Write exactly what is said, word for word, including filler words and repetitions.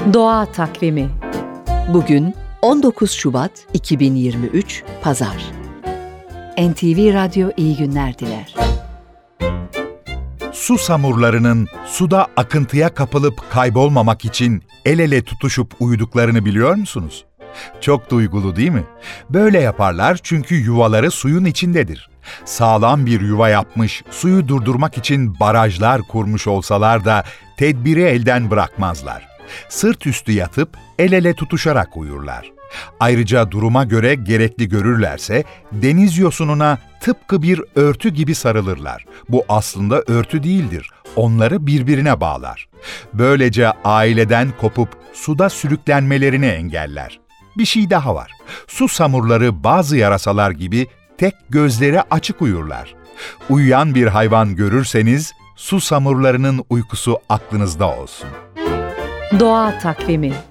Doğa Takvimi. Bugün on dokuz Şubat iki bin yirmi üç Pazar. N T V Radyo iyi günler diler. Susamurlarının suda akıntıya kapılıp kaybolmamak için el ele tutuşup uyuduklarını biliyor musunuz? Çok duygulu değil mi? Böyle yaparlar çünkü yuvaları suyun içindedir. Sağlam bir yuva yapmış, suyu durdurmak için barajlar kurmuş olsalar da tedbiri elden bırakmazlar. Sırt üstü yatıp el ele tutuşarak uyurlar. Ayrıca duruma göre gerekli görürlerse deniz yosununa tıpkı bir örtü gibi sarılırlar. Bu aslında örtü değildir. Onları birbirine bağlar. Böylece aileden kopup suda sürüklenmelerini engeller. Bir şey daha var. Susamurları bazı yarasalar gibi tek gözleri açık uyurlar. Uyuyan bir hayvan görürseniz susamurlarının uykusu aklınızda olsun. Doğa Takvimi.